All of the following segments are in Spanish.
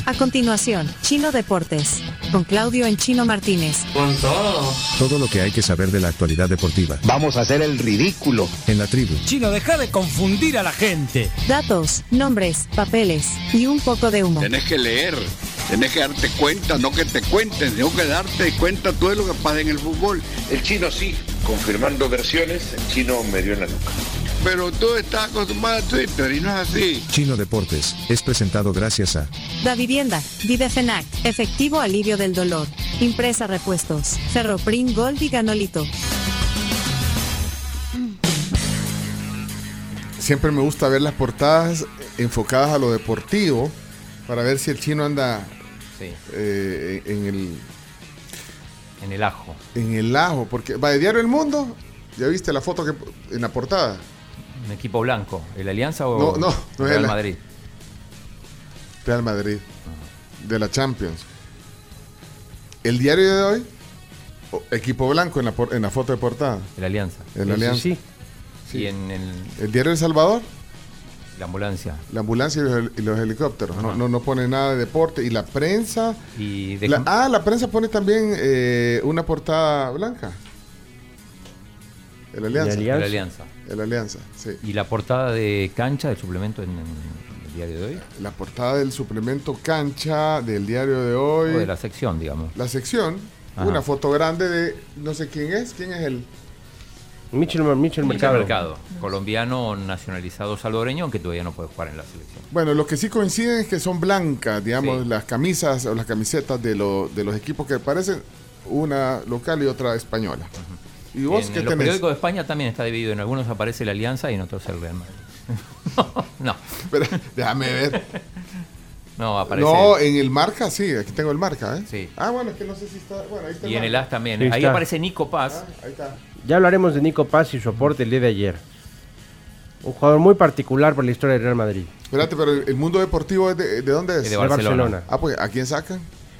A continuación, Chino Deportes, con Claudio Enchino Martínez. Con todo. Todo lo que hay que saber de la actualidad deportiva. Vamos a hacer el ridículo. En la tribu. Chino, deja de confundir a la gente. Datos, nombres, papeles y un poco de humo. Tenés que leer, tenés que darte cuenta, no que te cuenten, tengo que darte cuenta todo de lo que pasa en el fútbol. El Chino sí, confirmando versiones, el Chino me dio en la nuca. Pero tú estás acostumbrado a Twitter y no es así. Chino Deportes es presentado gracias a Da Vivienda, Videfenac, Efectivo Alivio del Dolor, Impresa Repuestos, Ferroprim Gold y Ganolito. Siempre me gusta ver las portadas enfocadas a lo deportivo para ver si el Chino anda en el ajo. En el ajo, porque va de Diario El Mundo. ¿Ya viste la foto que en la portada? Un equipo blanco, ¿el Alianza o no Real Madrid? Real Madrid, de la Champions. El Diario de hoy, equipo blanco en la foto de portada. El Alianza. El Alianza. Sí. Sí. Y en el Diario El Salvador. La ambulancia. La ambulancia y los helicópteros. No pone nada de deporte. Y la prensa. La prensa pone también una portada blanca. El Alianza. El Alianza, sí. ¿Y la portada de cancha del suplemento en el diario de hoy? La portada del suplemento cancha del diario de hoy. O de la sección, digamos. La sección. Ajá. Una foto grande de no sé quién es. ¿Quién es el? Michel Mercado. Colombiano nacionalizado salvadoreño, aunque todavía no puede jugar en la selección. Bueno, lo que sí coinciden es que son blancas, digamos, las camisas o las camisetas de los equipos que parecen una local y otra española. Uh-huh. ¿Y vos qué tenés? Los periódicos de España también está dividido. En algunos aparece la Alianza y en otros el Real Madrid. No. Pero, déjame ver. No, aparece. No, en el Marca sí, aquí tengo el Marca, ¿eh? Sí. Ah, bueno, es que no sé si está. Bueno, ahí está. Y en el AS también. Sí, ahí aparece Nico Paz. Ahí está. Ya hablaremos de Nico Paz y su aporte el día de ayer. Un jugador muy particular por la historia del Real Madrid. Espérate, pero el mundo deportivo es ¿de dónde es? De Barcelona. Ah, pues ¿a quién sacan?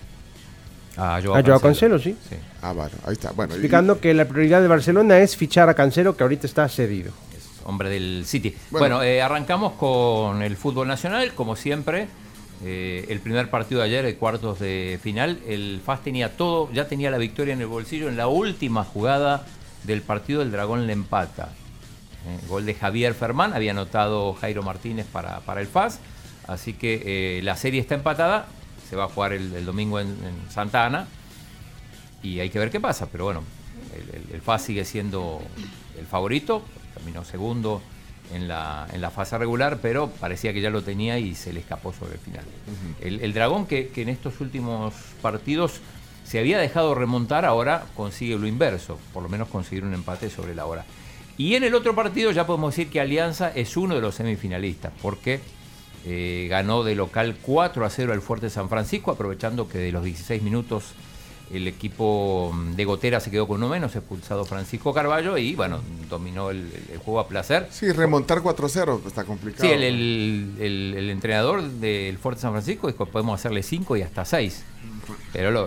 A Joao Cancelo, sí. Ah, bueno, ahí está. Bueno, explicando que la prioridad de Barcelona es fichar a Cancelo, que ahorita está cedido. Es hombre del City. Bueno, arrancamos con el fútbol nacional, como siempre. El primer partido de ayer, de cuartos de final, el FAS tenía todo, ya tenía la victoria en el bolsillo. En la última jugada del partido, el Dragón le empata. Gol de Javier Fermán, había anotado Jairo Martínez para el FAS. Así que la serie está empatada. Se va a jugar el domingo en Santa Ana y hay que ver qué pasa, pero bueno, el FAS sigue siendo el favorito, terminó segundo en la fase regular, pero parecía que ya lo tenía y se le escapó sobre el final. Uh-huh. El Dragón que en estos últimos partidos se había dejado remontar, ahora consigue lo inverso, por lo menos conseguir un empate sobre la hora. Y en el otro partido ya podemos decir que Alianza es uno de los semifinalistas, porque ganó de local 4-0 al Fuerte San Francisco, aprovechando que de los 16 minutos el equipo de Gotera se quedó con uno menos, expulsado Francisco Carballo y bueno, dominó el juego a placer. Sí, remontar 4-0 está complicado. Sí, el entrenador del Fuerte San Francisco dijo podemos hacerle 5 y hasta 6, pero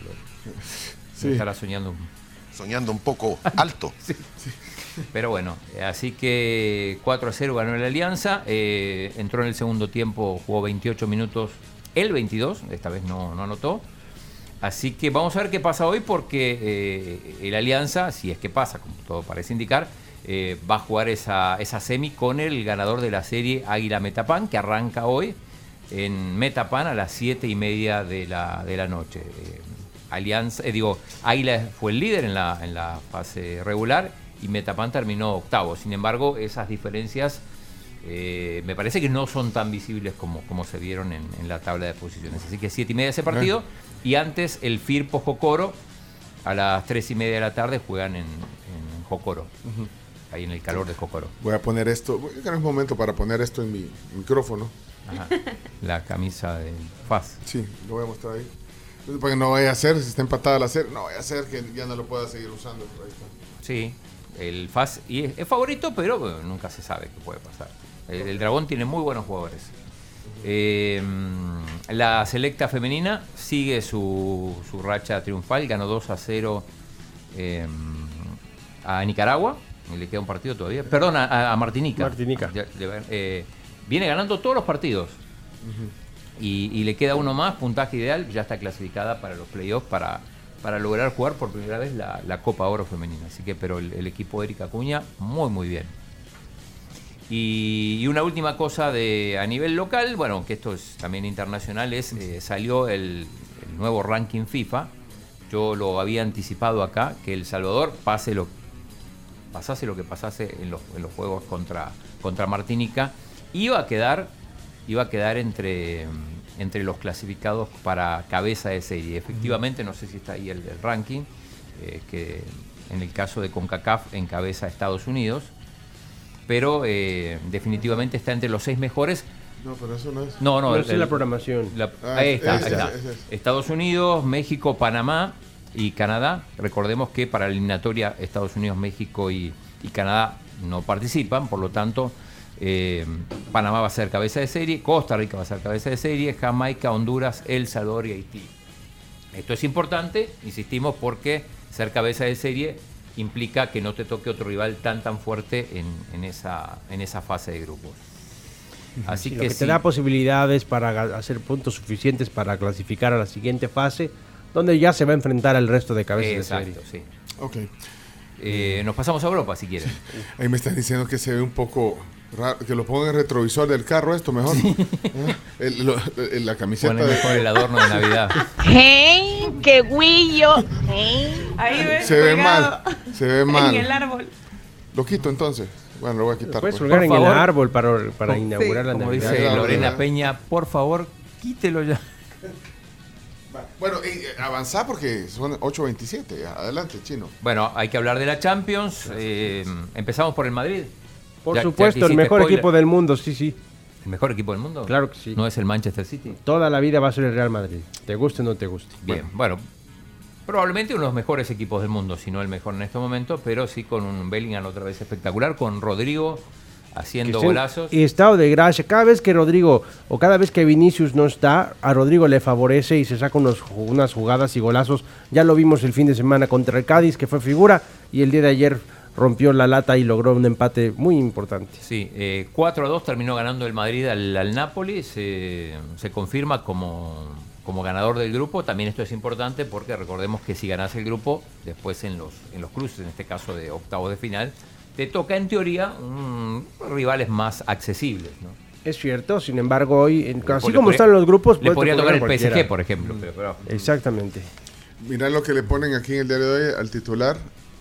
sí. Estará soñando un poco alto. Sí. Pero bueno, así que 4-0 ganó la Alianza, entró en el segundo tiempo, jugó 28 minutos, el 22, esta vez no anotó. Así que vamos a ver qué pasa hoy porque el Alianza, si es que pasa, como todo parece indicar, va a jugar esa semi con el ganador de la serie Águila Metapan, que arranca hoy en Metapan a las 7:30 de la noche. Águila fue el líder en la fase regular y Metapan terminó octavo. Sin embargo, esas diferencias me parece que no son tan visibles como se vieron en la tabla de posiciones. Así que 7:30 ese partido. Y antes el Firpo Jocoro, a las 3:30 de la tarde juegan en Jocoro. Uh-huh. Ahí en el calor de Jocoro. Voy a poner esto, es un momento para poner esto en mi micrófono. Ajá. La camisa del FAS. Sí, lo voy a mostrar ahí. Porque no vaya a ser, si está empatada la serie, no vaya a ser que ya no lo pueda seguir usando. Ahí está. Sí. El FAS y es favorito, pero bueno, nunca se sabe qué puede pasar. El Dragón tiene muy buenos jugadores. La selecta femenina sigue su racha triunfal, ganó 2-0 a Nicaragua, le queda un partido todavía, perdón, a Martinica. Martinica. Viene ganando todos los partidos. y le queda uno más, puntaje ideal, ya está clasificada para los playoffs para lograr jugar por primera vez la Copa Oro femenina. Así que, pero el equipo de Erika Acuña, muy muy bien. Y una última cosa a nivel local, bueno, que esto es también internacional, salió el nuevo ranking FIFA. Yo lo había anticipado acá, que El Salvador pasase lo que pasase en los juegos contra Martinica, iba a quedar entre los clasificados para cabeza de serie. Efectivamente, no sé si está ahí el ranking, que en el caso de CONCACAF encabeza Estados Unidos, pero definitivamente está entre los 6 mejores. No, pero eso no es. No, es la programación. Ahí está. Estados Unidos, México, Panamá y Canadá. Recordemos que para la eliminatoria Estados Unidos, México y Canadá no participan, por lo tanto Panamá va a ser cabeza de serie, Costa Rica va a ser cabeza de serie, Jamaica, Honduras, El Salvador y Haití. Esto es importante, insistimos, porque ser cabeza de serie implica que no te toque otro rival tan fuerte en esa fase de grupos. Así que te da posibilidades para hacer puntos suficientes para clasificar a la siguiente fase, donde ya se va a enfrentar al resto de cabezas de serie. Exacto, sí. Ok. Nos pasamos a Europa, si quieren. Ahí me están diciendo que se ve un poco raro, que lo pongan en el retrovisor del carro, esto mejor. La camiseta. Pone mejor el adorno de Navidad. ¡Hey! ¡Qué guillo! Hey. Ahí ves, se ve mal. En el árbol. Lo quito entonces. Bueno, lo voy a quitar. Puedes colgar en el árbol para inaugurar la Navidad. Como dice Lorena Peña, por favor, quítelo ya. Bueno, avanzá porque son 8:27. Adelante, Chino. Bueno, hay que hablar de la Champions. Empezamos por el Madrid. Por supuesto, el mejor equipo del mundo, sí. ¿El mejor equipo del mundo? Claro que sí. ¿No es el Manchester City? Toda la vida va a ser el Real Madrid, te guste o no te guste. Bien, bueno, probablemente uno de los mejores equipos del mundo, si no el mejor en este momento, pero sí con un Bellingham otra vez espectacular, con Rodrigo haciendo golazos. Y estado de gracia. Cada vez que Rodrigo o cada vez que Vinicius no está, a Rodrigo le favorece y se saca unas jugadas y golazos. Ya lo vimos el fin de semana contra el Cádiz, que fue figura, y el día de ayer rompió la lata y logró un empate muy importante. Sí, 4-2 terminó ganando el Madrid al Napoli, se confirma como ganador del grupo. También esto es importante porque recordemos que si ganás el grupo, después en los cruces, en este caso de octavos de final, te toca en teoría rivales más accesibles, ¿no? Es cierto, sin embargo hoy, así como están los grupos, le podría tocar el PSG, por ejemplo. Pero. Exactamente. Mirá lo que le ponen aquí en el diario de hoy al titular.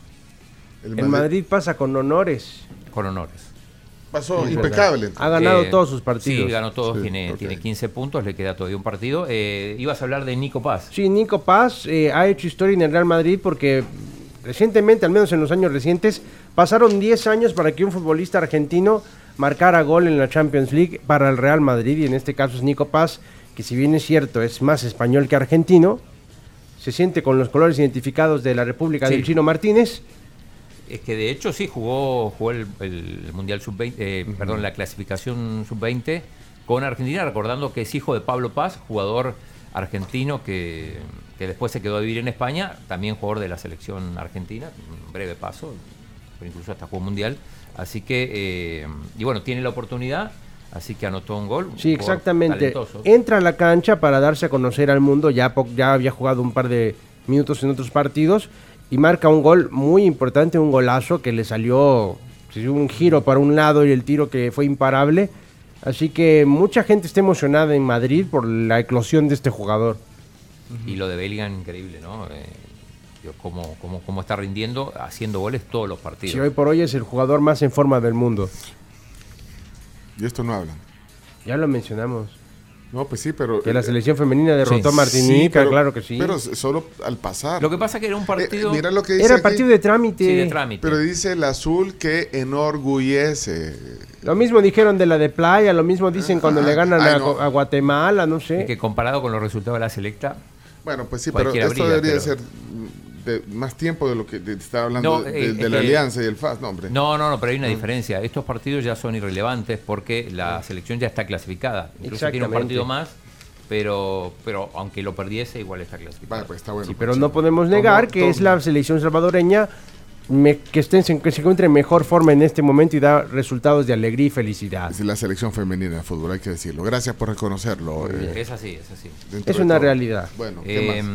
El Madrid pasa con honores. Con honores. Pasó impecable. Ha ganado todos sus partidos. Sí, ganó todos, tiene 15 puntos, le queda todavía un partido. Ibas a hablar de Nico Paz. Sí, Nico Paz ha hecho historia en el Real Madrid porque recientemente, al menos en los años recientes, pasaron 10 años para que un futbolista argentino marcara gol en la Champions League para el Real Madrid, y en este caso es Nico Paz, que si bien es cierto es más español que argentino, se siente con los colores identificados de la República del Chino Martínez. Es que de hecho sí jugó el Mundial Sub-20, perdón, la clasificación Sub-20 con Argentina, recordando que es hijo de Pablo Paz, jugador argentino que después se quedó a vivir en España, también jugador de la selección argentina, un breve paso, pero incluso hasta jugó Mundial, así que, y bueno, tiene la oportunidad, así que anotó un gol. Sí, exactamente, entra a la cancha para darse a conocer al mundo, ya había jugado un par de minutos en otros partidos, y marca un gol muy importante, un golazo que le salió un giro para un lado y el tiro que fue imparable. Así que mucha gente está emocionada en Madrid por la eclosión de este jugador. Y lo de Bellingham, increíble, ¿no? Cómo está rindiendo, haciendo goles todos los partidos. Sí, hoy por hoy es el jugador más en forma del mundo. Y esto no hablan. Ya lo mencionamos. No, pues sí, pero... Que la selección femenina derrotó a Martinica, claro que sí. Pero solo al pasar. Lo que pasa es que era un partido... mira lo que dice era aquí. Partido de trámite. Sí, de trámite. Pero dice el azul que enorgullece. Lo mismo dijeron de la de Playa, lo mismo dicen cuando le ganan a Guatemala, no sé. Es que comparado con los resultados de la selecta... Bueno, pues sí, pero esto debería ser de más tiempo de lo que estaba hablando de la Alianza y el FAS, no, hombre. No, pero hay una diferencia. Estos partidos ya son irrelevantes porque la selección ya está clasificada. Incluso tiene un partido más, pero aunque lo perdiese, igual está clasificada. Vale, pues está bueno. Sí, pero no podemos negar que es la selección salvadoreña que se encuentre en mejor forma en este momento y da resultados de alegría y felicidad. Es la selección femenina de fútbol, hay que decirlo. Gracias por reconocerlo. Es así. Es una realidad. Bueno, ¿qué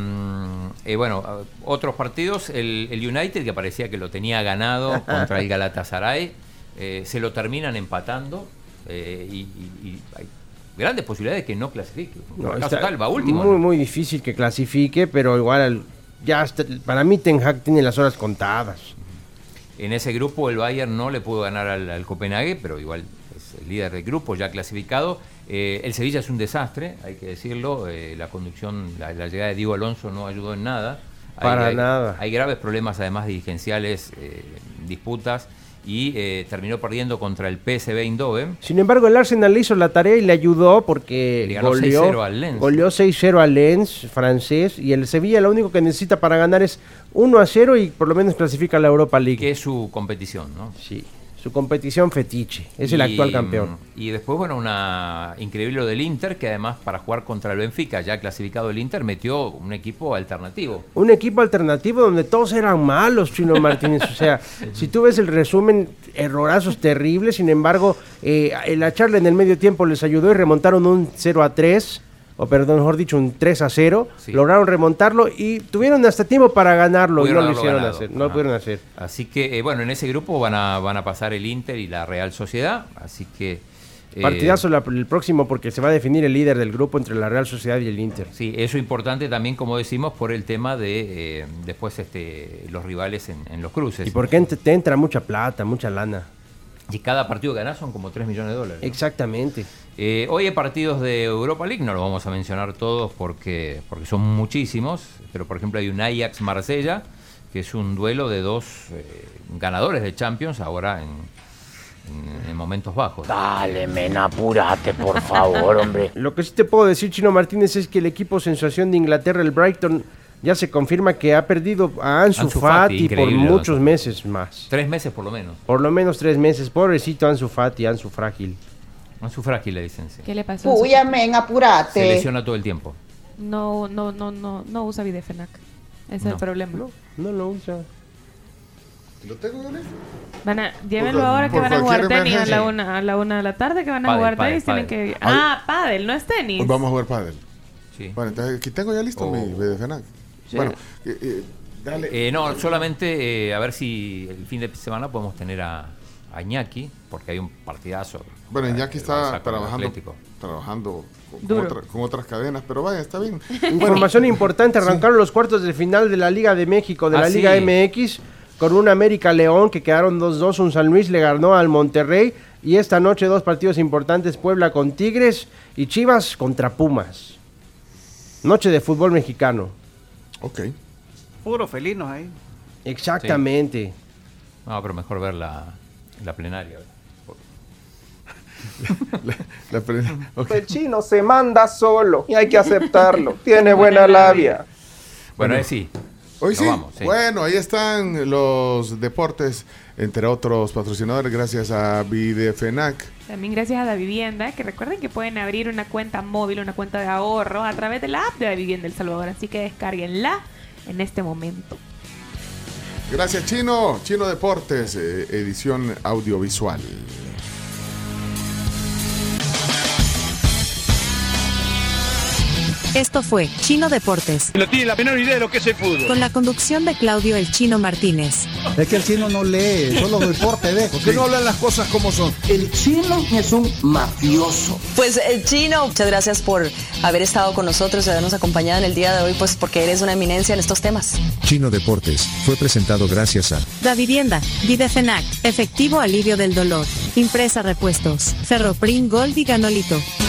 más? Otros partidos, el United, que parecía que lo tenía ganado contra el Galatasaray, se lo terminan empatando y hay grandes posibilidades de que no clasifique. Va último. Muy difícil que clasifique, pero igual para mí Ten Hag tiene las horas contadas. En ese grupo el Bayern no le pudo ganar al Copenhague, pero igual es el líder del grupo, ya clasificado. El Sevilla es un desastre, hay que decirlo. La conducción, la llegada de Diego Alonso no ayudó en nada. Nada. Hay graves problemas además dirigenciales, disputas, y terminó perdiendo contra el PSV Eindhoven. Sin embargo, el Arsenal le hizo la tarea y le ayudó porque le ganó 6-0 al Lens. Goleó 6-0 al Lens, francés, y el Sevilla lo único que necesita para ganar es 1-0 y por lo menos clasifica a la Europa League. Que es su competición, ¿no? Sí, su competición fetiche, es el actual campeón. Y después, increíble lo del Inter, que además para jugar contra el Benfica, ya clasificado el Inter, metió un equipo alternativo. Un equipo alternativo donde todos eran malos, Chino Martínez. O sea, si tú ves el resumen, errorazos terribles. Sin embargo, la charla en el medio tiempo les ayudó y remontaron un 0-3. O perdón, mejor dicho, un 3-0, sí. Lograron remontarlo y tuvieron hasta tiempo para ganarlo y no lo hicieron hacer, no lo pudieron hacer. Así que, en ese grupo van a pasar el Inter y la Real Sociedad, así que... partidazo el próximo porque se va a definir el líder del grupo entre la Real Sociedad y el Inter. Sí, eso es importante también, como decimos, por el tema de después los rivales en los cruces. Y porque te entra mucha plata, mucha lana. Y cada partido que ganás son como $3 millones. ¿No? Exactamente. Hoy hay partidos de Europa League, no los vamos a mencionar todos porque son muchísimos, pero por ejemplo hay un Ajax-Marsella, que es un duelo de dos ganadores de Champions ahora en momentos bajos. Dale, men, apúrate, por favor, hombre. Lo que sí te puedo decir, Chino Martínez, es que el equipo sensación de Inglaterra, el Brighton, ya se confirma que ha perdido a Ansu Fati por muchos meses más. 3 meses por lo menos. Por lo menos 3 meses. Pobrecito Ansu Fati, Ansu Frágil. Ansu Frágil le dicen, sí. ¿Qué le pasó? Uy, amén, apúrate. Se lesiona todo el tiempo. No usa Videfenac. Ese es el problema. No lo usa. ¿Lo tengo yo listo? Llévenlo ahora que van a jugar tenis a la 1 de la tarde, que van a jugar tenis. Tienen que... pádel, no es tenis. Hoy vamos a jugar pádel. Sí. Bueno, entonces aquí tengo ya listo mi Videfenac. Sí. Bueno, dale. No, solamente a ver si el fin de semana podemos tener a Iñaki, porque hay un partidazo. Bueno, Iñaki está trabajando con otras cadenas, pero vaya, está bien. Información importante, arrancaron los cuartos de final de la Liga de México, de la Liga MX, con un América León que quedaron 2-2, un San Luis le ganó al Monterrey, y esta noche 2 partidos importantes, Puebla con Tigres y Chivas contra Pumas. Noche de fútbol mexicano. Ok. Puro felinos ahí. Exactamente. Sí. No, pero mejor ver la plenaria. Okay. El chino se manda solo y hay que aceptarlo. Tiene buena labia. Bueno, sí. Hoy sí. Vamos, sí. Bueno, ahí están los deportes, entre otros patrocinadores, gracias a Videfenac. También gracias a La Vivienda, que recuerden que pueden abrir una cuenta móvil, una cuenta de ahorro a través de la app de La Vivienda El Salvador. Así que descárguenla en este momento. Gracias, Chino. Chino Deportes, edición audiovisual. Esto fue Chino Deportes. No tiene la menor idea de lo que es el fútbol. Con la conducción de Claudio El Chino Martínez. Es que el chino no lee, solo deporte ve. ¿Por qué no hablan las cosas como son? El chino es un mafioso. Pues el chino, muchas gracias por haber estado con nosotros y habernos acompañado en el día de hoy, pues porque eres una eminencia en estos temas. Chino Deportes fue presentado gracias a Da Vivienda, Videfenac, efectivo alivio del dolor, Impresa Repuestos, Ferroprim Gold y Ganolito.